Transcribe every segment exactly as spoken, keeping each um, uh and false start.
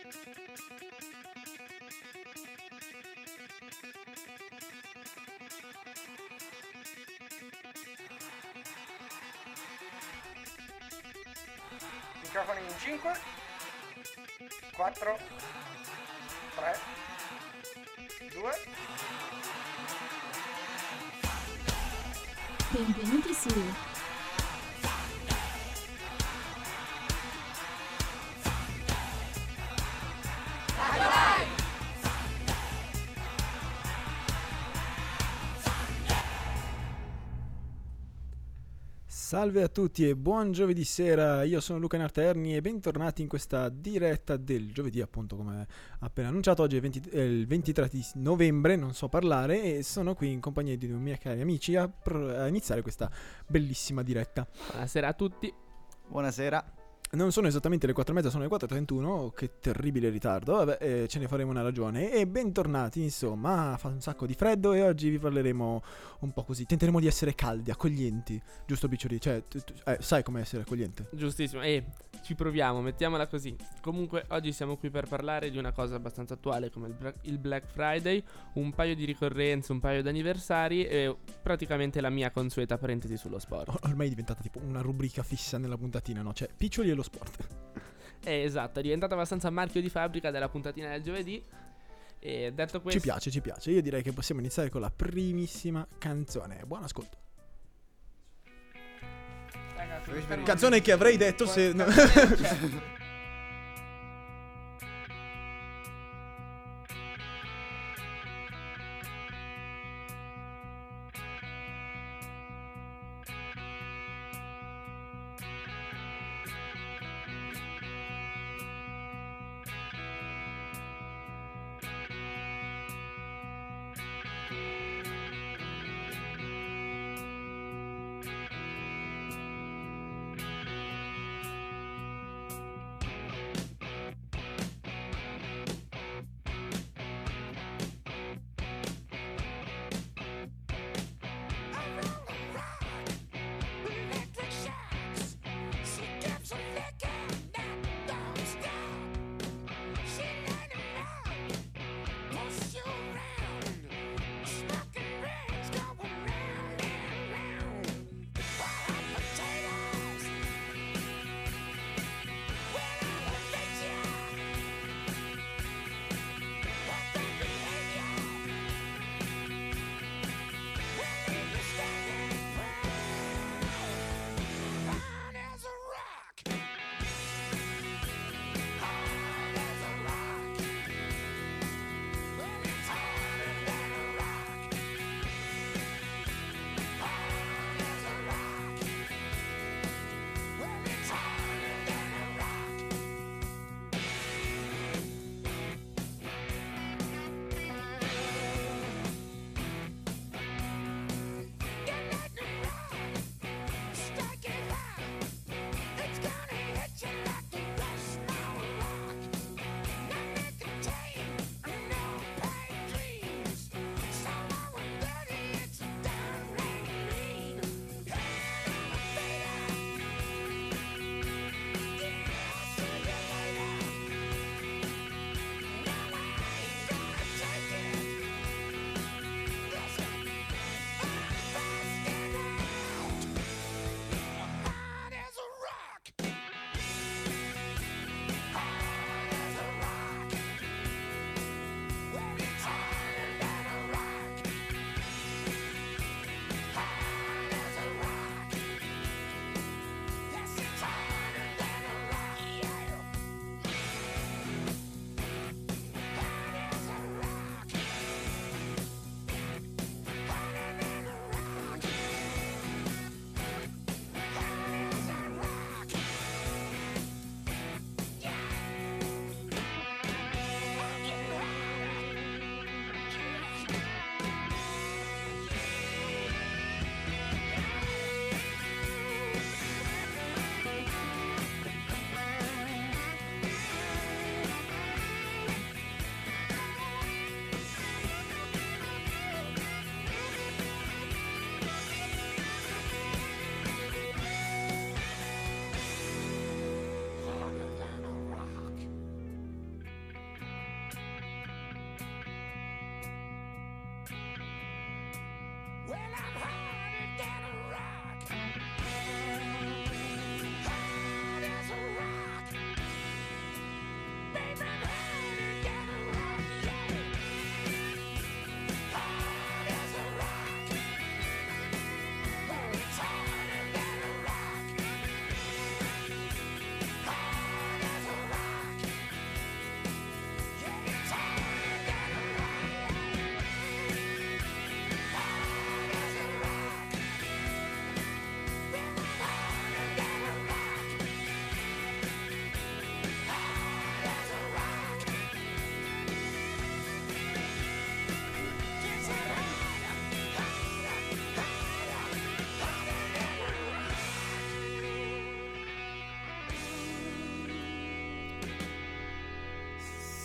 Microfoni in cinque, quattro, tre, due. Benvenuti su Salve a tutti e buon giovedì sera, io sono Luca Narterni e bentornati in questa diretta del giovedì, appunto come appena annunciato. Oggi è, venti, è il ventitré di novembre, non so parlare, e sono qui in compagnia di due miei cari amici a, a iniziare questa bellissima diretta. Buonasera a tutti. Buonasera. Non sono esattamente le quattro e mezza, sono le quattro e trentuno, che terribile ritardo, vabbè, eh, ce ne faremo una ragione. E bentornati, insomma, fa un sacco di freddo e oggi vi parleremo un po' così, tenteremo di essere caldi, accoglienti, giusto Piccioli? Cioè, tu, tu, eh, sai come essere accogliente? Giustissimo, e ci proviamo, mettiamola così. Comunque oggi siamo qui per parlare di una cosa abbastanza attuale come il, Bra- il Black Friday, un paio di ricorrenze, un paio di anniversari e praticamente la mia consueta parentesi sullo sport. Or- ormai è diventata tipo una rubrica fissa nella puntatina, no? Cioè, Piccioli e lo sport. Eh, esatto, è diventata abbastanza marchio di fabbrica della puntatina del giovedì. E detto questo, Ci piace, ci piace. Io direi che possiamo iniziare con la primissima canzone. Buon ascolto. Ragazzi, Canzone che avrei detto se... no.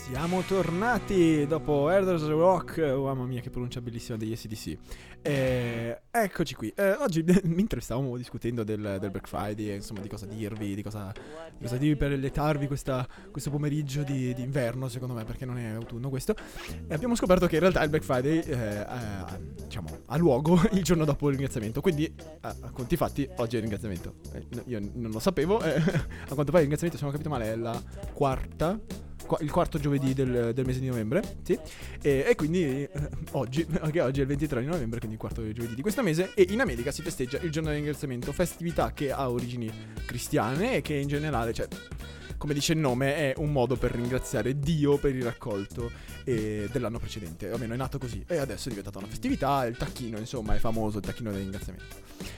Siamo tornati dopo Elders Rock. Oh, mamma mia, che pronuncia bellissima degli A C D C. Eh, eccoci qui. Eh, oggi, mentre stavamo discutendo del, del Black Friday, insomma, di cosa dirvi, di cosa, di cosa dirvi per alletarvi questa, questo pomeriggio di, di inverno, secondo me, perché non è autunno questo, e abbiamo scoperto che in realtà il Black Friday eh, ha, diciamo, ha luogo il giorno dopo il ringraziamento. Quindi, a, a conti fatti, oggi è il ringraziamento. Eh, io non lo sapevo. Eh, a quanto pare il ringraziamento, se non ho capito male, è la quarta. Il quarto giovedì del, del mese di novembre, sì. E, e quindi eh, oggi, anche oggi è il ventitré di novembre, quindi il quarto giovedì di questo mese. E in America si festeggia il giorno del ringraziamento, festività che ha origini cristiane e che in generale, cioè, come dice il nome, è un modo per ringraziare Dio per il raccolto eh, dell'anno precedente. O almeno è nato così e adesso è diventata una festività. Il tacchino, insomma, è famoso, il tacchino del ringraziamento.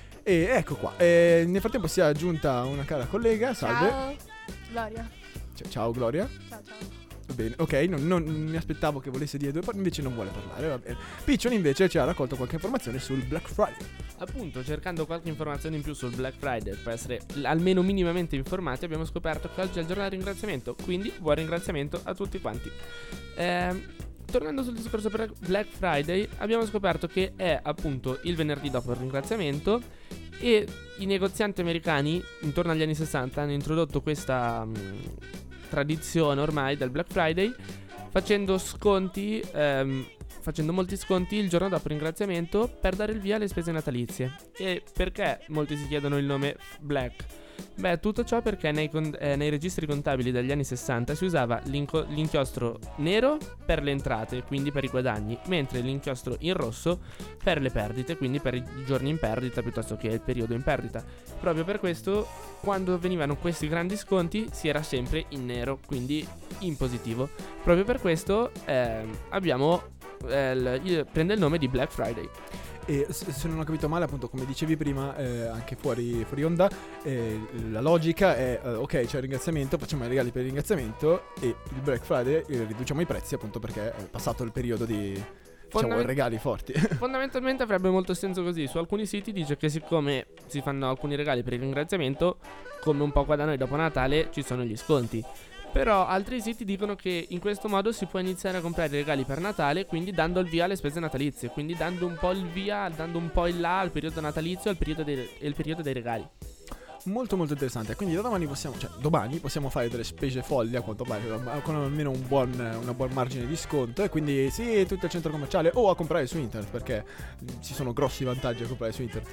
E ecco qua. E nel frattempo si è aggiunta una cara collega. Salve. Ciao, Gloria. Ciao Gloria. Ciao, ciao. Va bene, ok, non, non mi aspettavo che volesse dire due parole, invece non vuole parlare, va bene. Piccione invece ci ha raccolto qualche informazione sul Black Friday. Appunto, cercando qualche informazione in più sul Black Friday per essere l- almeno minimamente informati, abbiamo scoperto che oggi è il giorno del ringraziamento, quindi buon ringraziamento a tutti quanti. Ehm... Tornando sul discorso per Black Friday, abbiamo scoperto che è appunto il venerdì dopo il ringraziamento e i negozianti americani intorno agli anni sessanta hanno introdotto questa mh, tradizione ormai del Black Friday facendo sconti, ehm, facendo molti sconti il giorno dopo il ringraziamento per dare il via alle spese natalizie. E perché molti si chiedono il nome Black? Beh, tutto ciò perché nei, con- eh, nei registri contabili degli anni sessanta si usava l'inco- l'inchiostro nero per le entrate, quindi per i guadagni, mentre l'inchiostro in rosso per le perdite, quindi per i giorni in perdita piuttosto che il periodo in perdita. Proprio per questo, quando venivano questi grandi sconti, si era sempre in nero, quindi in positivo. Proprio per questo eh, abbiamo eh, il- il- prende il nome di Black Friday. E se se non ho capito male, appunto, come dicevi prima, eh, anche fuori, fuori onda, eh, la logica è, eh, ok, c'è il ringraziamento, facciamo i regali per il ringraziamento e il Black Friday eh, riduciamo i prezzi, appunto, perché è passato il periodo di, diciamo, Fondament- regali forti. Fondamentalmente avrebbe molto senso così. Su alcuni siti dice che siccome si fanno alcuni regali per il ringraziamento, come un po' qua da noi dopo Natale, ci sono gli sconti. Però altri siti dicono che in questo modo si può iniziare a comprare i regali per Natale, quindi dando il via alle spese natalizie, quindi dando un po' il via, dando un po' il là al periodo natalizio e al periodo dei, e il periodo dei regali. Molto molto interessante. Quindi da domani possiamo, cioè domani possiamo fare delle spese folli, a quanto pare, con almeno un buon, una buon margine di sconto. E quindi sì, tutto il centro commerciale o a comprare su internet, perché ci sono grossi vantaggi a comprare su internet.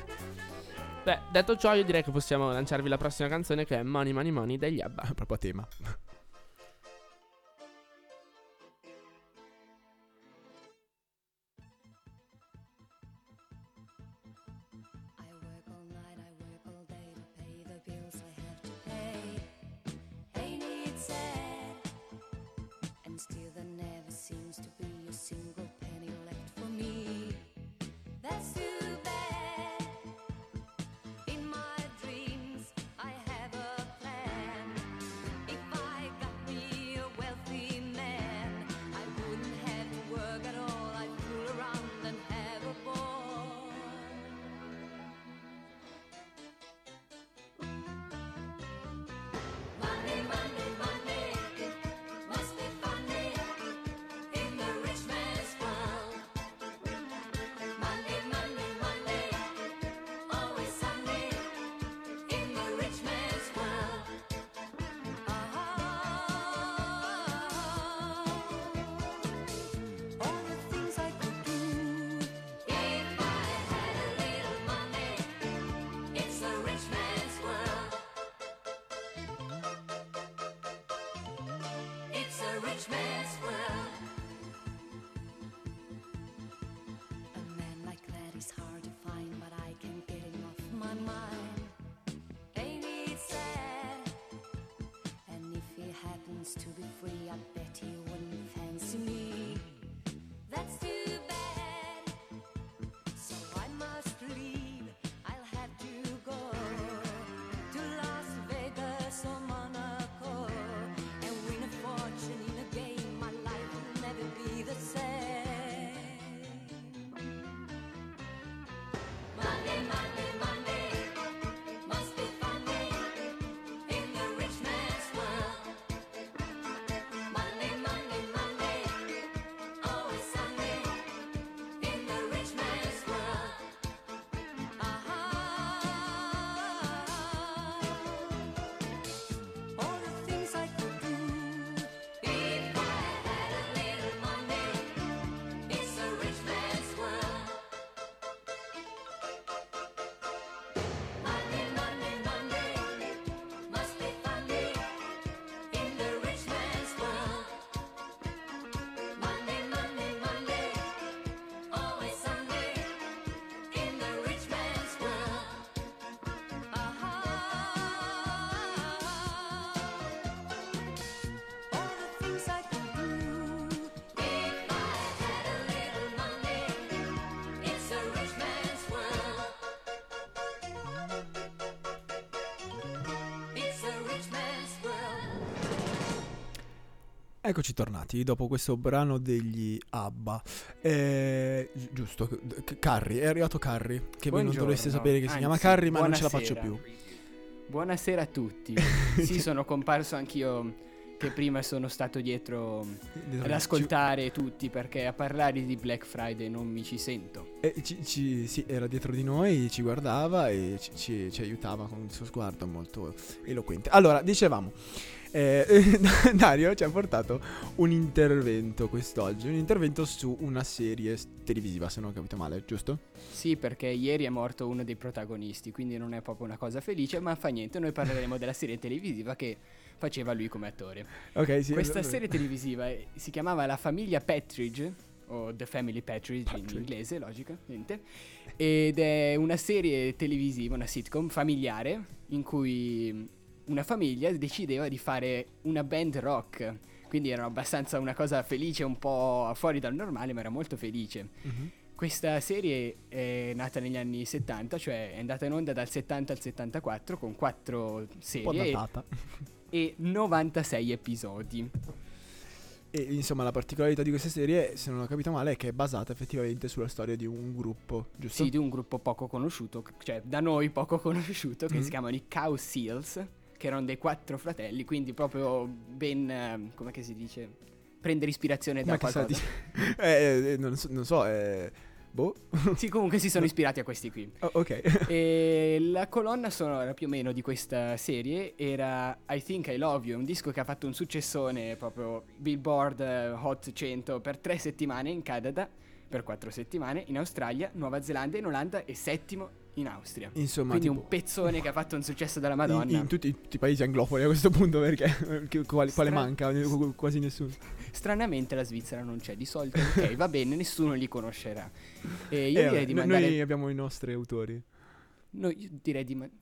Beh, detto ciò, io direi che possiamo lanciarvi la prossima canzone, che è Money Money Money degli ABBA. Proprio a tema. I work all night, I work all day to pay the bills I have to pay. Ain't it sad? And still there never seems to be a single penny left for me. That's too bad. In my dreams, I have a plan. If I got me a wealthy man, I wouldn't have to work at all. I'd fool around and have a ball. Money, money, money, must be funny in the rich man's world. Money, money, money, always sunny in the rich man's world. All the things I could do if I had a little money. It's the rich man's world. It's a rich man's world. A man like that is hard to find, but I can't get him off my mind. Ain't it sad? And if he happens to be free, I bet he wouldn't fancy me. That's too bad. So I must leave. I'll have to go to Las Vegas or Monaco and win a fortune in a game I like. Eccoci tornati dopo questo brano degli ABBA. Eh, gi- giusto, c- Carrie, è arrivato Carrie, che voi non Buongiorno. dovreste sapere che si Anzi, chiama Carrie, ma non ce la faccio buonasera. più. Buonasera a tutti. Sì, sono comparso anch'io, che prima sono stato dietro ad ascoltare tutti, perché a parlare di Black Friday non mi ci sento. Eh, ci, ci- sì, era dietro di noi, ci guardava e ci, ci- ci aiutava con il suo sguardo molto eloquente. Allora, dicevamo, eh, Dario ci ha portato un intervento quest'oggi, un intervento su una serie s- televisiva, se non ho capito male, giusto? Sì, perché ieri è morto uno dei protagonisti, quindi non è proprio una cosa felice, ma fa niente, noi parleremo della serie televisiva che faceva lui come attore. Ok, sì. Questa allora- serie televisiva eh, si chiamava La famiglia Patridge, o The Family Patridge, Patridge. in inglese, logicamente, ed è una serie televisiva, una sitcom familiare, in cui una famiglia decideva di fare una band rock, quindi era abbastanza una cosa felice, un po' fuori dal normale, ma era molto felice. Mhm. Questa serie è nata negli anni settanta, cioè è andata in onda dal settanta al settantaquattro con quattro Un po' serie datata. e novantasei episodi. E insomma la particolarità di questa serie, se non ho capito male, è che è basata effettivamente sulla storia di un gruppo, giusto? Sì, di un gruppo poco conosciuto, cioè da noi poco conosciuto, che Mhm. si chiamano i Cow Seals, che erano dei quattro fratelli, quindi proprio ben, eh, come che si dice, prendere ispirazione da Ma che sa qualcosa. di... eh, eh, non so, non so eh... boh. Sì, comunque si sono ispirati a questi qui. Oh, ok. E la colonna sonora più o meno di questa serie era I Think I Love You, un disco che ha fatto un successone, proprio Billboard eh, Hot cento per tre settimane in Canada, per quattro settimane in Australia, Nuova Zelanda, in Olanda e settimo in Austria. Insomma, Quindi tipo, un pezzone che ha fatto un successo della in, Madonna. in tutti, tutti i paesi anglofoni a questo punto, perché che- quale, quale Stra- manca? Quasi nessuno. Stranamente la Svizzera non c'è di solito, ok, va bene, nessuno li conoscerà. E io Eh, direi vabbè, di no- mandare... Noi abbiamo i nostri autori. No, io direi di... ma-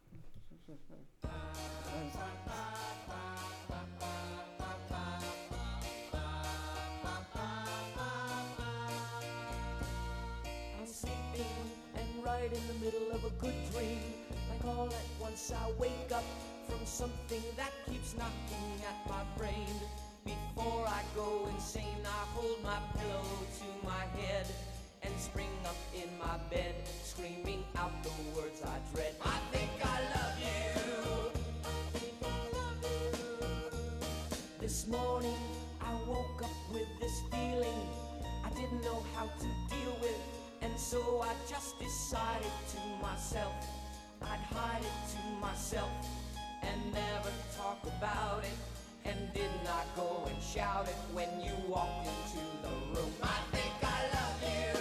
I'm sleeping and right in the middle of a good dream. Like all at once I wake up from something that keeps knocking at my brain. Before I go insane, I hold my pillow to my head and spring up in my bed, screaming out the words I dread. I think I love you. This morning I woke up with this feeling I didn't know how to deal with, and so I just decided to myself I'd hide it to myself and never talk about it, and did not go and shout it when you walked into the room. I think I love you.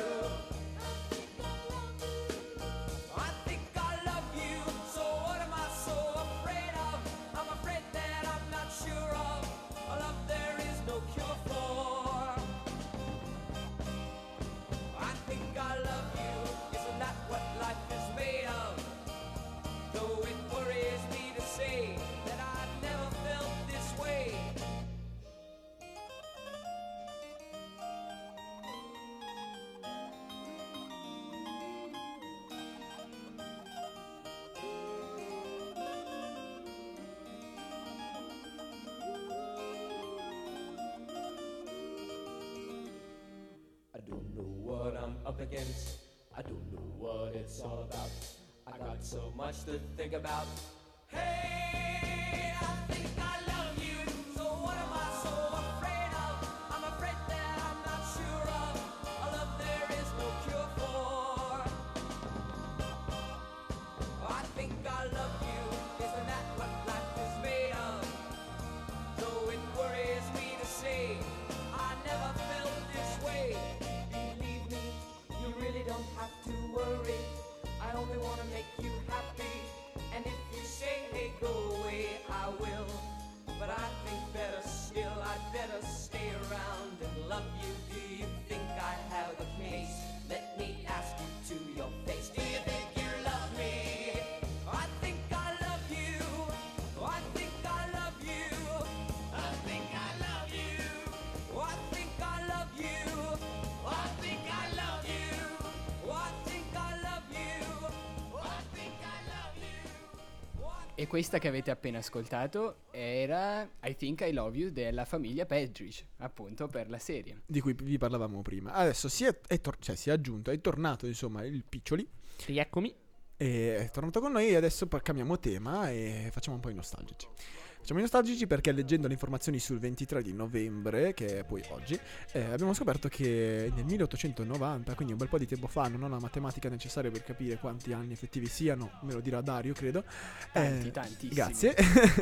I think I love you. So what am I so afraid of? I'm afraid that I'm not sure of a love there is no cure for. I think I love you. Isn't that what life is made of? Though it worries me to say that I've never felt this way. I don't know what I'm up against. I don't know what it's all about. I got so much to think about. Hey, I think I love you. So what am I so afraid of? I'm afraid that I'm not sure of a love there is no cure for. I think I love you. Isn't that what life is made of? Though it worries me to say I never felt this way. Believe me, you really don't have to worry. I only want to make you happy. And if you say, hey, go away, I will. But I think better still, I'd better stay around and love you. Do you think I have a case? Let me ask you to your face. Do you think you love me? I think I love you. I think I love you. I think I love you. I think I love you. I think I love you. I think I love you. I think I love you. E questa che avete appena ascoltato era I Think I Love You della famiglia Partridge, appunto per la serie. Di cui vi parlavamo prima. Adesso si è, è tor- cioè, si è aggiunto, è tornato insomma il Piccioli. Rieccomi. E è tornato con noi e adesso poi cambiamo tema e facciamo un po' i nostalgici. Facciamo i nostalgici perché leggendo le informazioni sul ventitré di novembre, che è poi oggi, eh, abbiamo scoperto che nel milleottocentonovanta, quindi un bel po' di tempo fa, non ho la matematica necessaria per capire quanti anni effettivi siano, me lo dirà Dario credo. Tanti, Eh, tantissimi. Grazie.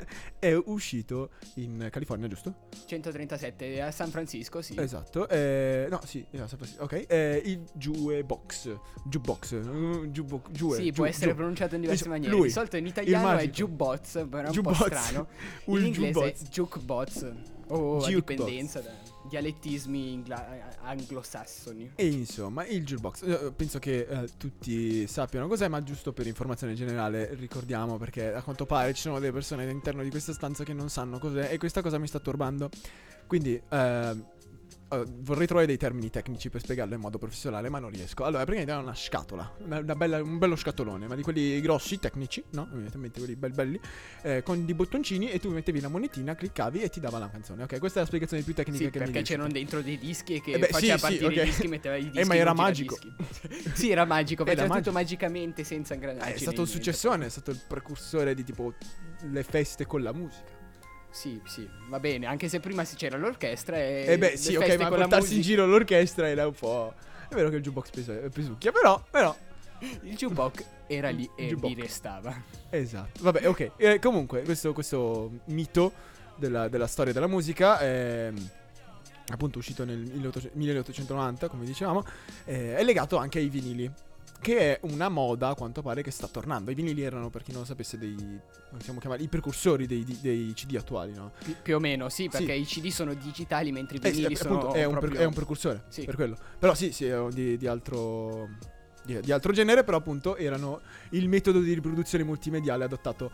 È uscito in California, giusto? centotrentasette a San Francisco, sì. Esatto. Eh, no, sì, eh, ok. Eh, il Jukebox. Jukebox. uh, Jukebox. Jue, Sì, Ju- può essere Ju- pronunciato in diverse Insomma, maniere. lui, Di solito in il italiano è magico. jukebox, però è un Jukebox. po' strano. Un In inglese jukebox. è jukebox o a Jukebox. dipendenza da dialettismi ingla- anglosassoni. E insomma, il jukebox. Eh, penso che eh, tutti sappiano cos'è, ma giusto per informazione generale ricordiamo, perché a quanto pare ci sono delle persone all'interno di questa stanza che non sanno cos'è e questa cosa mi sta turbando. Quindi eh, eh, vorrei trovare dei termini tecnici per spiegarlo in modo professionale, ma non riesco. Allora, praticamente è una scatola, una, una bella, un bello scatolone, ma di quelli grossi, tecnici, no? Evidentemente quelli bel belli, eh, con di bottoncini, e tu mettevi la monetina, cliccavi e ti dava la canzone. Ok, questa è la spiegazione più tecnica Sì, che mi perché viene. c'erano dentro dei dischi che Eh beh, faceva sì, sì, partire ok. i dischi, metteva i dischi. Eh, ma era in un magico. giradischi. Sì, era magico, Era faceva tutto magico. magicamente senza ingranaggi. Eh, è stato un né niente. successone, è stato il precursore di tipo le feste con la musica. Sì, sì, va bene, anche se prima si c'era l'orchestra e E beh, le sì, ok, feste ma con la portarsi in musica. giro l'orchestra era un po'. È vero che il jukebox pes- pesucchia, però, però. Il jukebox era lì e Jukebox. lì restava. Esatto. Vabbè, ok. Eh, comunque, questo, questo mito della, della storia della musica è appunto uscito nel milleottocentonovanta, come dicevamo, eh, è legato anche ai vinili, che è una moda a quanto pare che sta tornando. I vinili erano, per chi non lo sapesse, dei, come possiamo chiamarli, i precursori dei, dei- dei C D attuali, no? Pi- più o meno, sì, perché Sì. i C D sono digitali mentre i Eh, sì, vinili sono appunto, è un, per- proprio... è un precursore, Sì. per quello. Però sì, sì, è di, di altro di, di altro genere, però appunto erano il metodo di riproduzione multimediale adottato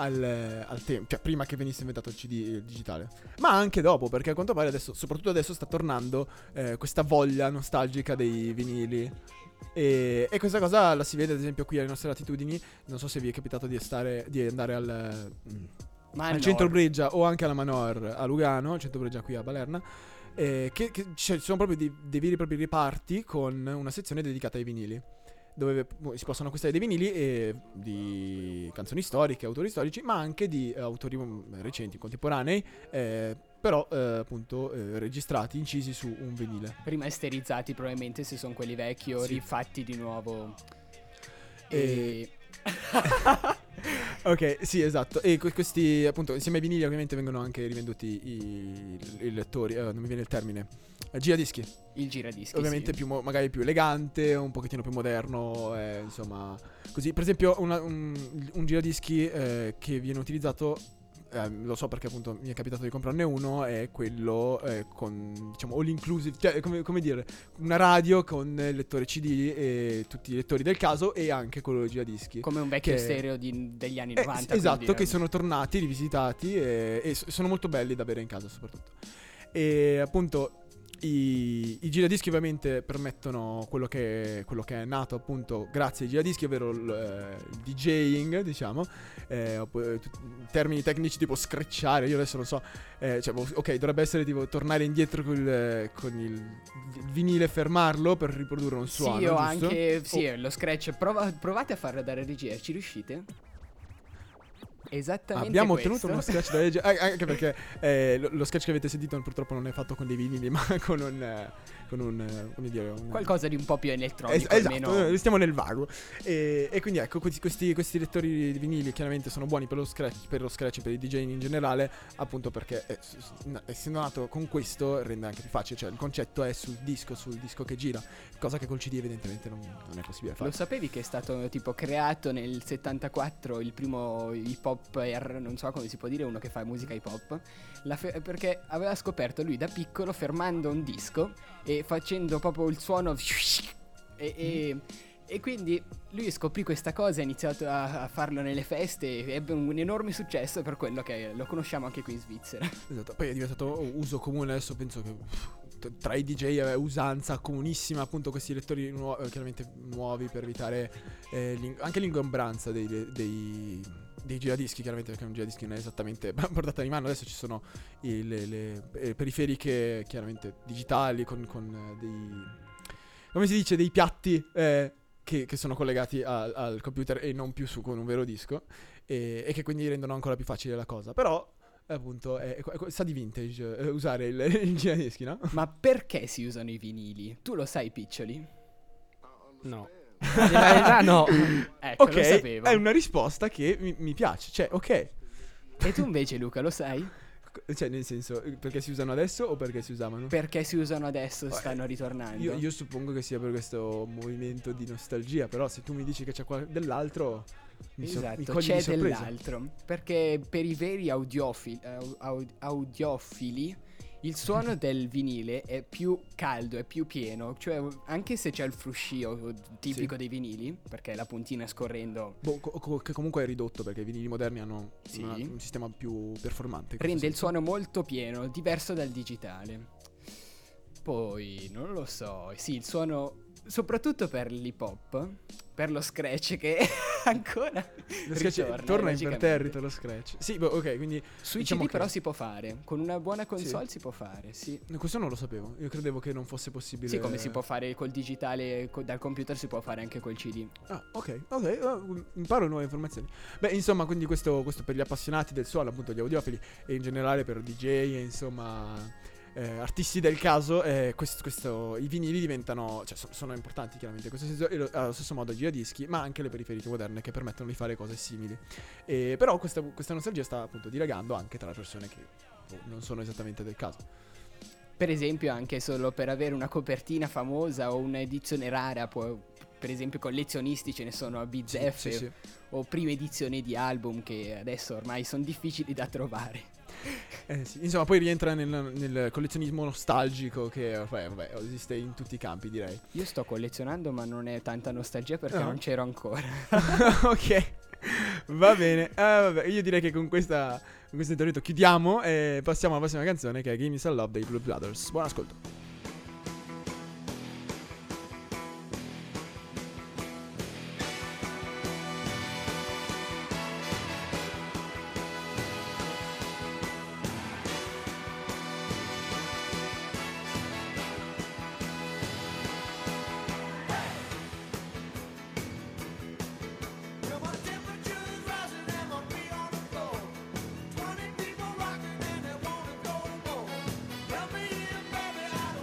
al, al tempo, cioè prima che venisse inventato il C D digitale. Ma anche dopo, perché a quanto pare adesso, soprattutto adesso, sta tornando eh, questa voglia nostalgica dei vinili. E, e questa cosa la si vede ad esempio qui alle nostre latitudini. Non so se vi è capitato di, stare, di andare al... mm, Ma al no, centro Breggia o anche alla Manor a Lugano, centro Breggia qui a Balerna, eh, che, che cioè, ci sono proprio dei, dei veri e propri reparti con una sezione dedicata ai vinili, dove si possono acquistare dei vinili e di canzoni storiche, autori storici, ma anche di eh, autori mm, recenti, contemporanei, eh, però eh, appunto eh, registrati, incisi su un vinile. rimasterizzati probabilmente se sono quelli vecchi o Sì. rifatti di nuovo. E- E... Ok, sì, esatto. E que- questi, appunto, insieme ai vinili ovviamente vengono anche rivenduti i, i lettori, eh, non mi viene il termine, eh, giradischi. il giradischi, Ovviamente sì. più mo- magari più elegante, un pochettino più moderno, eh, insomma, così. Per esempio una- un, un giradischi eh, che viene utilizzato, eh, lo so perché appunto mi è capitato di comprarne uno, è quello eh, con, diciamo, all inclusive, cioè come, come dire, una radio con il lettore C D e tutti i lettori del caso, e anche quello giradischi. Come un vecchio che- stereo di- degli anni Eh, novanta. esatto, quindi, che eh, sono tornati, rivisitati e, e s- sono molto belli da bere in casa soprattutto. E appunto i, i giradischi ovviamente permettono quello che, quello che è nato appunto grazie ai giradischi, ovvero il, eh, il DJing, diciamo, eh, oppure tut- termini tecnici tipo screcciare, io adesso non so, eh, cioè, ok, dovrebbe essere tipo tornare indietro col, eh, con il, il vinile e fermarlo per riprodurre un suono, Sì, o giusto? anche sì, O- lo scratch. Prova- provate a farlo dare regia, ci riuscite? Esattamente Abbiamo questo. ottenuto uno sketch da legge, eh, anche perché eh, lo, lo sketch che avete sentito purtroppo non è fatto con dei vinili, ma con un, eh, con un, eh, come dire, un, Qualcosa di un po' più elettronico, Es- almeno. esatto, eh, stiamo nel vago. E, e quindi ecco, questi, questi, questi lettori di vinili chiaramente sono buoni per lo scratch, per lo scratch, per i DJing in generale, appunto perché eh, s- s- n- essendo nato con questo rende anche più facile, cioè il concetto è sul disco, sul disco che gira, cosa che col C D evidentemente non, non è possibile fare. Lo sapevi che è stato tipo creato nel settantaquattro il primo hip hop R, non so come si può dire, uno che fa musica hip hop, la fe- perché aveva scoperto lui da piccolo fermando un disco e facendo proprio il suono e, e, e quindi lui scoprì questa cosa, ha iniziato a, a farlo nelle feste e ebbe un, un enorme successo, per quello che lo conosciamo anche qui in Svizzera. Esatto, poi è diventato uso comune adesso, penso che uff, tra i D J è usanza comunissima appunto questi lettori nuo- eh, chiaramente nuovi per evitare eh, l'ing- anche l'ingombranza dei, dei, dei giradischi, chiaramente, perché un giradischi non è esattamente portata di mano. Adesso ci sono i- le, le, eh, periferiche chiaramente digitali con, con eh, dei, come si dice, dei piatti eh, che, che sono collegati a- al computer e non più su con un vero disco, e, e che quindi rendono ancora più facile la cosa. Però appunto è, è- è- sa di vintage eh, usare il, il giradischi, no? Ma perché si usano i vinili? Tu lo sai, Piccioli? No. In realtà no. Ecco, Ok, lo sapevo. è una risposta che mi, mi piace, cioè ok. E tu invece, Luca, lo sai? Cioè, nel senso, eh, perché si usano adesso o perché si usavano? Perché si usano adesso, Eh, stanno ritornando? Io, io suppongo che sia per questo movimento di nostalgia, però se tu mi dici che c'è qua dell'altro, mi, so- mi Esatto, cogli c'è di sorpresa. dell'altro. Perché per i veri audiofili, au- au- audiofili il suono del vinile è più caldo, è più pieno. Cioè, anche se c'è il fruscio tipico Sì. dei vinili, perché la puntina scorrendo Boh, co- co- che comunque è ridotto perché i vinili moderni hanno Sì. una- un sistema più performante. in questo rende il senso. suono molto pieno, diverso dal digitale. Poi, non lo so, sì, il suono, soprattutto per l'hip hop, per lo scratch che ancora Lo scratch ritorna, torna magicamente. imperterrito lo scratch. Sì, boh, ok, quindi Sui diciamo C D che- però si può fare, con una buona console si può fare, sì. questo non lo sapevo. Io credevo che non fosse possibile. Sì, come si può fare col digitale, co- dal computer si può fare anche col C D. Ah, ok, ok, uh, imparo nuove informazioni. Beh, insomma, quindi questo, questo per gli appassionati del suono, appunto gli audiofili, e in generale per D J e insomma eh, artisti del caso, eh, questo, questo- i vinili diventano, cioè so- sono importanti chiaramente in questo senso, e lo- allo stesso modo i giradischi, ma anche le periferiche moderne che permettono di fare cose simili. E, però questa, questa nostalgia sta appunto dilagando anche tra le persone che boh, non sono esattamente del caso. Per esempio, anche solo per avere una copertina famosa o un'edizione rara, può, per esempio collezionisti ce ne sono a bizzeffe Sì, sì, sì. o prime edizioni di album che adesso ormai sono difficili da trovare. Eh, sì. Insomma, poi rientra nel, nel collezionismo nostalgico che vabbè, vabbè, esiste in tutti i campi, direi. Io sto collezionando, ma non è tanta nostalgia perché No. non c'ero ancora. Ok, va bene. Eh, vabbè, io direi che con, questa, con questo intervento chiudiamo e passiamo alla prossima canzone, che è Give Me Some Love dei Blue Brothers. Buon ascolto. Well, my temperature's rising and my feet on the floor. Twenty people rocking and they wanna go more. Let me in, baby, I don't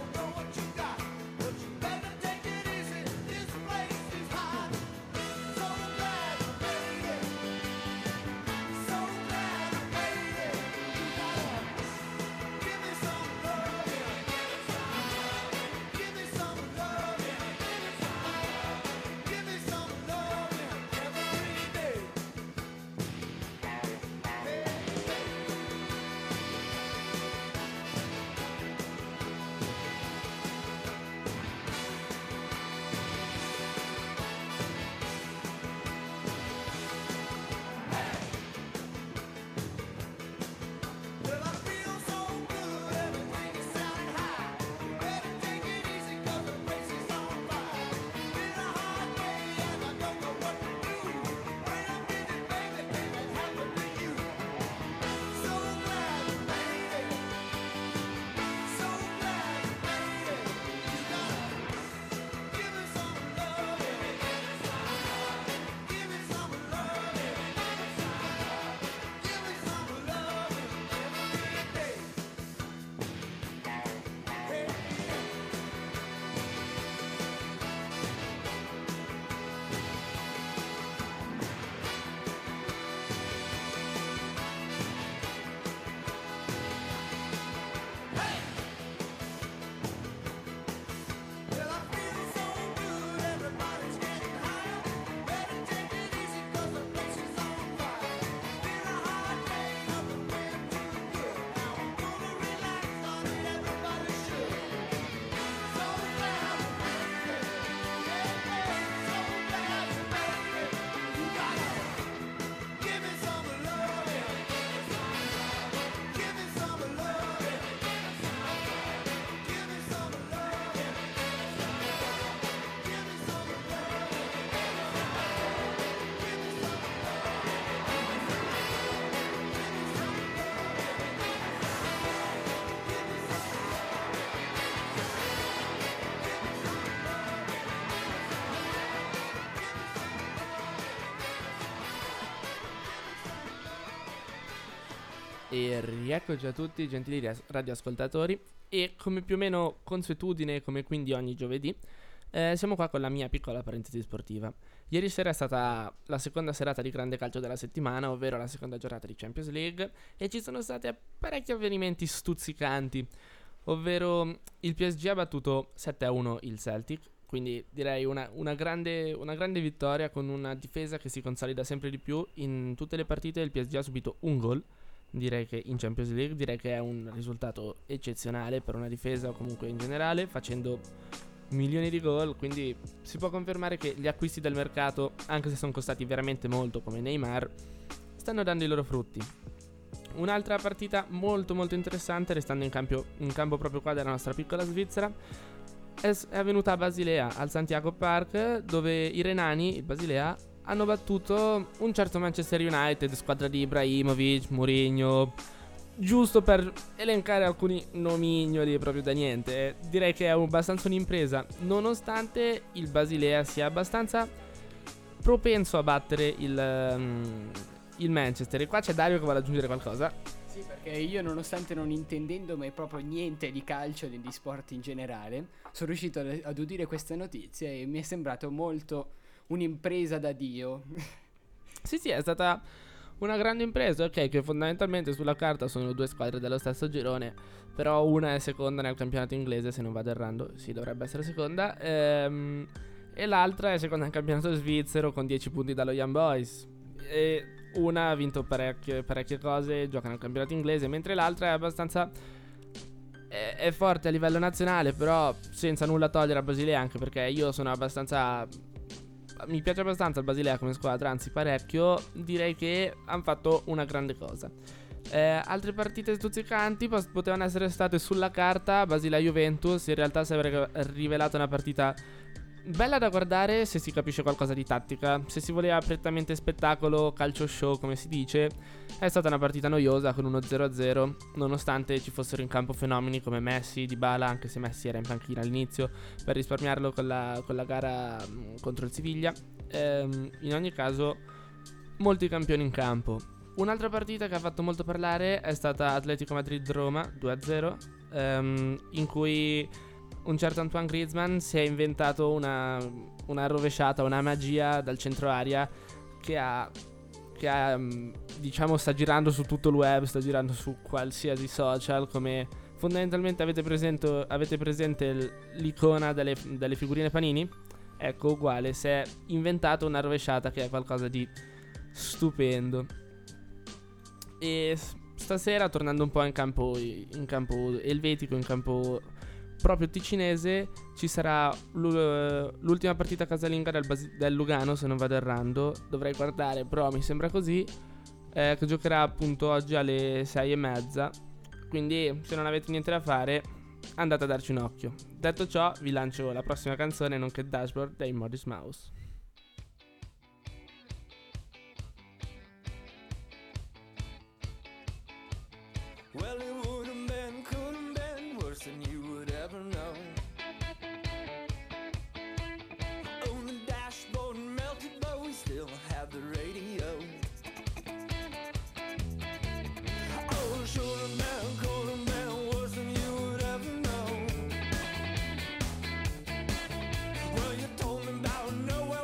E rieccoci a tutti, gentili ras- radioascoltatori. E come più o meno consuetudine, come quindi ogni giovedì, eh, siamo qua con la mia piccola parentesi sportiva. Ieri sera è stata la seconda serata di grande calcio della settimana, ovvero la seconda giornata di Champions League, e ci sono stati parecchi avvenimenti stuzzicanti, ovvero il P S G ha battuto sette a uno il Celtic, quindi direi una, una, grande, una grande vittoria con una difesa che si consolida sempre di più. In tutte le partite il P S G ha subito un gol. Direi che in Champions League direi che è un risultato eccezionale per una difesa o comunque in generale, facendo milioni di gol, quindi si può confermare che gli acquisti del mercato, anche se sono costati veramente molto come Neymar, stanno dando i loro frutti. Un'altra partita molto molto interessante, restando in campo, in campo proprio qua della nostra piccola Svizzera, è, è avvenuta a Basilea, al Santiago Park, dove i renani, il Basilea, hanno battuto un certo Manchester United, squadra di Ibrahimovic, Mourinho, giusto per elencare alcuni nomignoli proprio da niente. Direi che è abbastanza un'impresa, nonostante il Basilea sia abbastanza propenso a battere il, um, il Manchester. E qua c'è Dario che vuole aggiungere qualcosa. Sì, perché io, nonostante non intendendo mai proprio niente di calcio e di sport in generale, sono riuscito ad, ad udire queste notizie e mi è sembrato molto un'impresa da Dio. Sì, sì, è stata una grande impresa, ok, che fondamentalmente sulla carta sono due squadre dello stesso girone, però una è seconda nel campionato inglese, se non vado errando, sì, dovrebbe essere seconda, ehm, e l'altra è seconda nel campionato svizzero con dieci punti dallo Young Boys, e una ha vinto parecchie, parecchie cose, gioca nel campionato inglese, mentre l'altra è abbastanza... è, è forte a livello nazionale, però senza nulla togliere a Basilea, anche perché io sono abbastanza... mi piace abbastanza il Basilea come squadra, anzi parecchio. Direi che hanno fatto una grande cosa. eh, Altre partite stuzzicanti pos- potevano essere state sulla carta Basilea-Juventus. In realtà si è rivelata una partita bella da guardare se si capisce qualcosa di tattica. Se si voleva prettamente spettacolo, calcio show come si dice, è stata una partita noiosa con uno zero a zero, nonostante ci fossero in campo fenomeni come Messi, Dybala, anche se Messi era in panchina all'inizio per risparmiarlo con la, con la gara mh, contro il Siviglia. Ehm, in ogni caso, molti campioni in campo. Un'altra partita che ha fatto molto parlare è stata Atletico Madrid-Roma due a zero, ehm, in cui un certo Antoine Griezmann si è inventato una, una rovesciata, una magia dal centro aria che ha, che ha, diciamo, sta girando su tutto il web, sta girando su qualsiasi social, come fondamentalmente avete presente, avete presente l- l'icona delle, delle figurine Panini? Ecco, uguale, si è inventato una rovesciata che è qualcosa di stupendo. E s- stasera, tornando un po' in campo, in campo elvetico, in campo proprio ticinese, ci sarà l'u- l'ultima partita casalinga del, Basi- del Lugano, se non vado errando, dovrei guardare, però mi sembra così, eh, che giocherà appunto oggi alle sei e mezza, quindi se non avete niente da fare andate a darci un occhio. Detto ciò, vi lancio la prossima canzone, nonché Dashboard dei Modest Mouse. Well, it would have been, could have been worse than you would ever know. Oh, the dashboard melted, but we still have the radio. Oh, it should have been, could have been worse than you would ever know. Well, you told me about nowhere.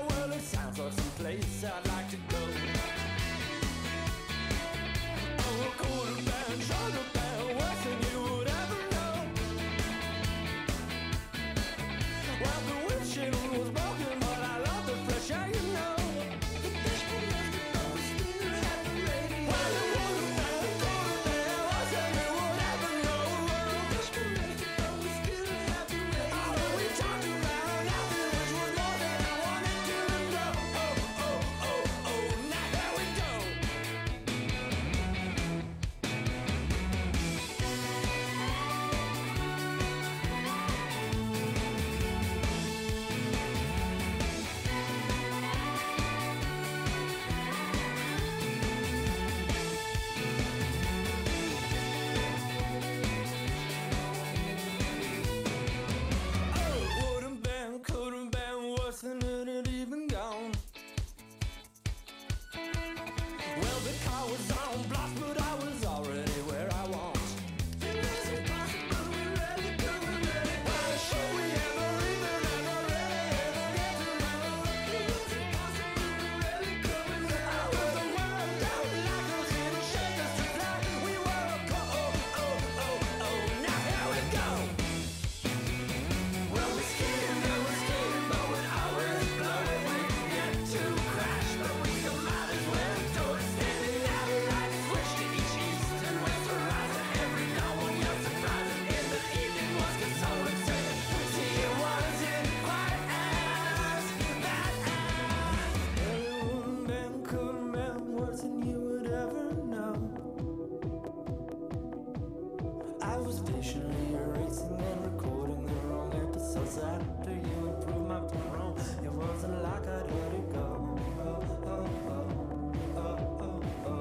Stationary erasing and recording the wrong episodes after you improved my tone. It wasn't like I'd let it go. Oh, oh, oh, oh, oh,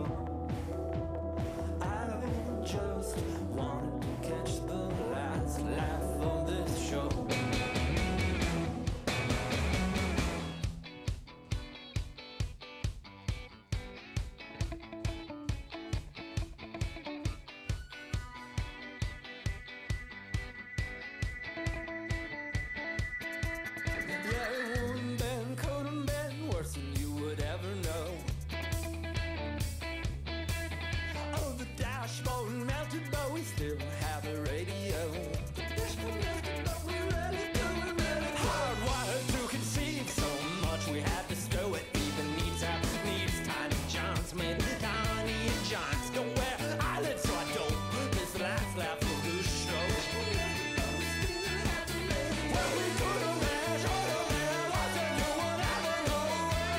oh. I just wanted to catch the last laugh of this show. Yeah, it wouldn't been, couldn't been worse than you would ever know. Oh, the dashboard melted, but we still have a radio. The dashboard melted, but we really do, we really do. Hardwired to conceive so much we had to stow it. Even needs have needs tiny Johns made tiny Johns. Don't wear eyelids so I don't miss the last laugh of the show. Well, we could have been, should have been, wasn't you would ever know.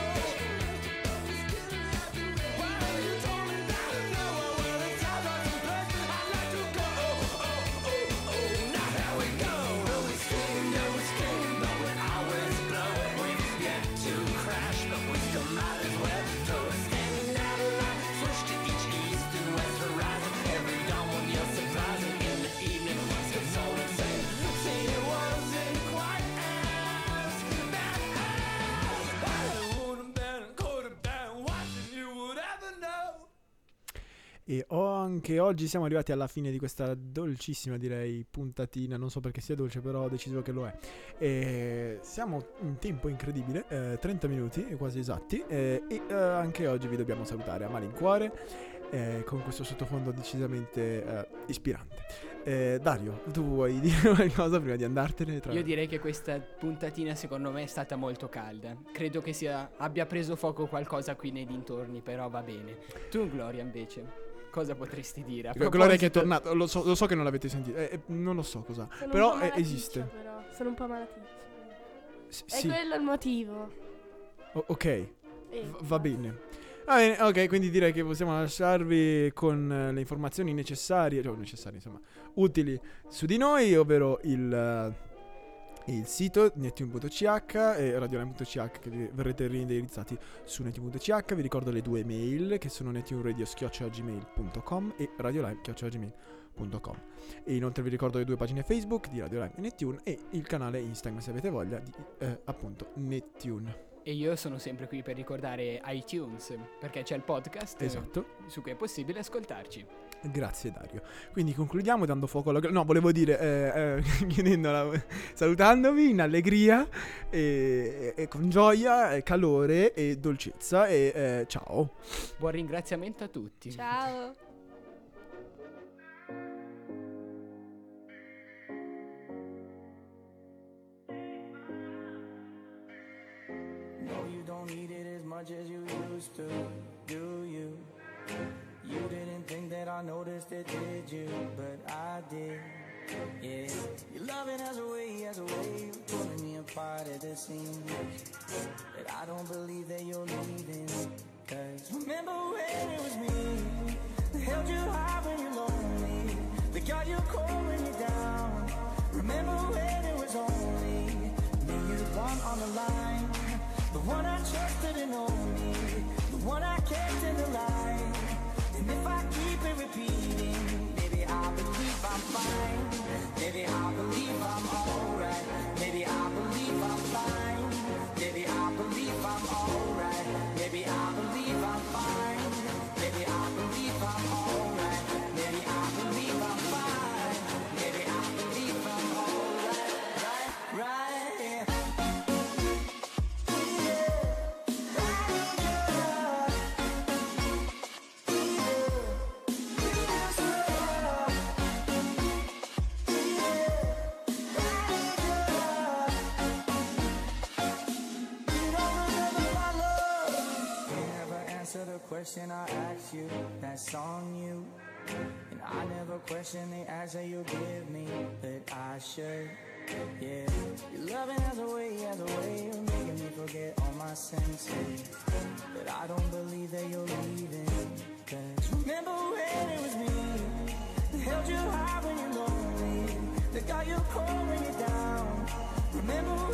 Well, you told me that I know well, it's out of the place I'd like to go. Oh, oh, oh, oh, now here we go. Well, we screamed, yeah, we screamed, but we always blow it. We've yet to crash, but we still might as well throw it. Standing out of line, switch to each east and west horizon. Every dawn when you're surprising in the evening, what's the soul insane? See, it wasn't quite as bad as I would have been, could have been, watching you would ever know. E ho anche oggi siamo arrivati alla fine di questa dolcissima, direi, puntatina. Non so perché sia dolce, però ho deciso che lo è. E siamo in tempo incredibile, eh, trenta minuti, quasi esatti. eh, E eh, anche oggi vi dobbiamo salutare a malincuore, eh, con questo sottofondo decisamente eh, ispirante. Eh, Dario, tu vuoi dire qualcosa prima di andartene? Tra... Io direi che questa puntatina secondo me è stata molto calda. Credo che sia abbia preso fuoco qualcosa qui nei dintorni, però va bene. Tu, Gloria, invece, cosa potresti dire? A Gloria che è proposito- tornato, lo so, lo so che non l'avete sentito, eh, eh, non lo so cosa, Sono però un po' eh, malaticcia, esiste. Però. Sono un po' malaticcia. S- È sì, quello il motivo. o- ok. Eh, V- va bene. Va bene, ok, quindi direi che possiamo lasciarvi con eh, le informazioni necessarie, cioè necessarie, insomma, utili su di noi, ovvero il, eh, il sito nettune punto c h e radiolime punto c h, che vi verrete reindirizzati su nettune punto c h. Vi ricordo le due mail, che sono nettuneradio chiocciola gmail punto com e radiolime chiocciola gmail punto com. E inoltre vi ricordo le due pagine Facebook di Radio Lime e Nettune e il canale Instagram, se avete voglia, di eh, appunto Nettune. E io sono sempre qui per ricordare iTunes, perché c'è il podcast Esatto. su cui è possibile ascoltarci. Grazie Dario. Quindi concludiamo dando fuoco alla... No, volevo dire, eh, eh, chiudendola, salutandovi in allegria, e, e con gioia, e calore e dolcezza e eh, ciao. Buon ringraziamento a tutti. Ciao. No, you don't need it as much as you used to, do you? You didn't think that I noticed it, did you? But I did, yeah. Your loving has a way, has a way of pulling me apart at the seams. But I don't believe that you're leaving. Cause remember when it was me that held you high when you're lonely, that got you cold when you're down. Remember when it was only me, you the one on the line, the one I trusted and only, the one I kept in the light. And if I keep it repeating, maybe I believe I'm fine, maybe I believe I'm alright, maybe I believe I'm fine, maybe I believe I'm alright, maybe I believe I'm fine, maybe I believe I'm alright, maybe I believe I'm fine, maybe I believe I'm alright, right, right, yeah. Question I asked you, that's on you. And I never question the answer you give me, but I should, yeah. Your loving has a way, has a way of making me forget all my senses. But I don't believe that you're leaving. Cause remember when it was me that held you high when you're low. feel cold when you're down. Remember